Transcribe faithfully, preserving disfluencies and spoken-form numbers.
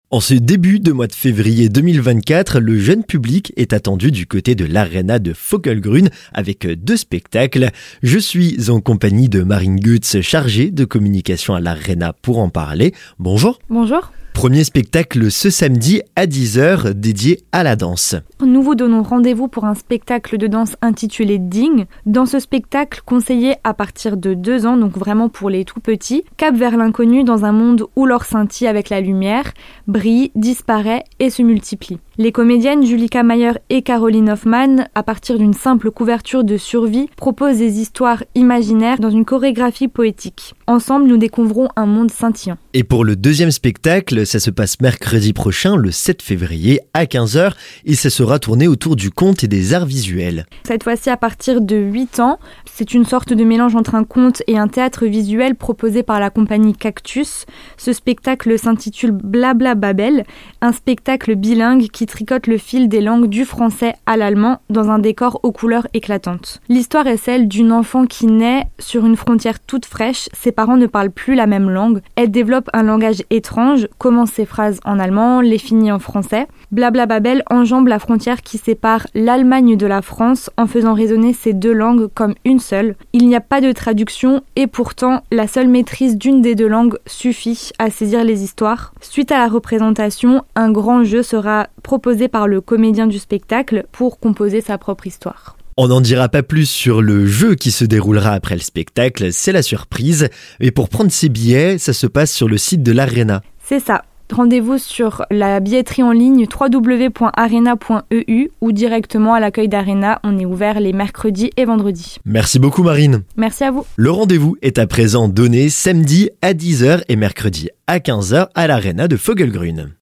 En ce début de mois de février deux mille vingt-quatre, le jeune public est attendu du côté de l'Arena de Vogelgrün avec deux spectacles. Je suis en compagnie de Marine Goetz, chargée de communication à l'Arena pour en parler. Bonjour. Bonjour. Premier spectacle ce samedi à dix heures dédié à la danse. Nous vous donnons rendez-vous pour un spectacle de danse intitulé Digne. Dans ce spectacle, conseillé à partir de deux ans, donc vraiment pour les tout petits, cap vers l'inconnu dans un monde où l'or scintille avec la lumière, brille, disparaît et se multiplie. Les comédiennes Julika Mayer et Caroline Hoffmann, à partir d'une simple couverture de survie, proposent des histoires imaginaires dans une chorégraphie poétique. Ensemble, nous découvrons un monde scintillant. Et pour le deuxième spectacle, ça se passe mercredi prochain, le sept février, à quinze heures, et ça sera tourné autour du conte et des arts visuels. Cette fois-ci à partir de huit ans, c'est une sorte de mélange entre un conte et un théâtre visuel proposé par la compagnie Cactus. Ce spectacle s'intitule Blabla Babel, un spectacle bilingue qui tricote le fil des langues du français à l'allemand dans un décor aux couleurs éclatantes. L'histoire est celle d'une enfant qui naît sur une frontière toute fraîche, ses parents ne parlent plus la même langue, elle développe un langage étrange, commence ses phrases en allemand, les finit en français. Blabla Babel enjambe la frontière qui sépare l'Allemagne de la France en faisant résonner ces deux langues comme une seule. Il n'y a pas de traduction et pourtant la seule maîtrise d'une des deux langues suffit à saisir les histoires. Suite à la représentation, un grand jeu sera proposé par le comédien du spectacle pour composer sa propre histoire. On n'en dira pas plus sur le jeu qui se déroulera après le spectacle, c'est la surprise. Et pour prendre ses billets, ça se passe sur le site de l'Arena. C'est ça. Rendez-vous sur la billetterie en ligne w w w point arena point e u ou directement à l'accueil d'Arena. On est ouvert les mercredis et vendredis. Merci beaucoup Marine. Merci à vous. Le rendez-vous est à présent donné samedi à dix heures et mercredi à quinze heures à l'Arena de Vogelgrün.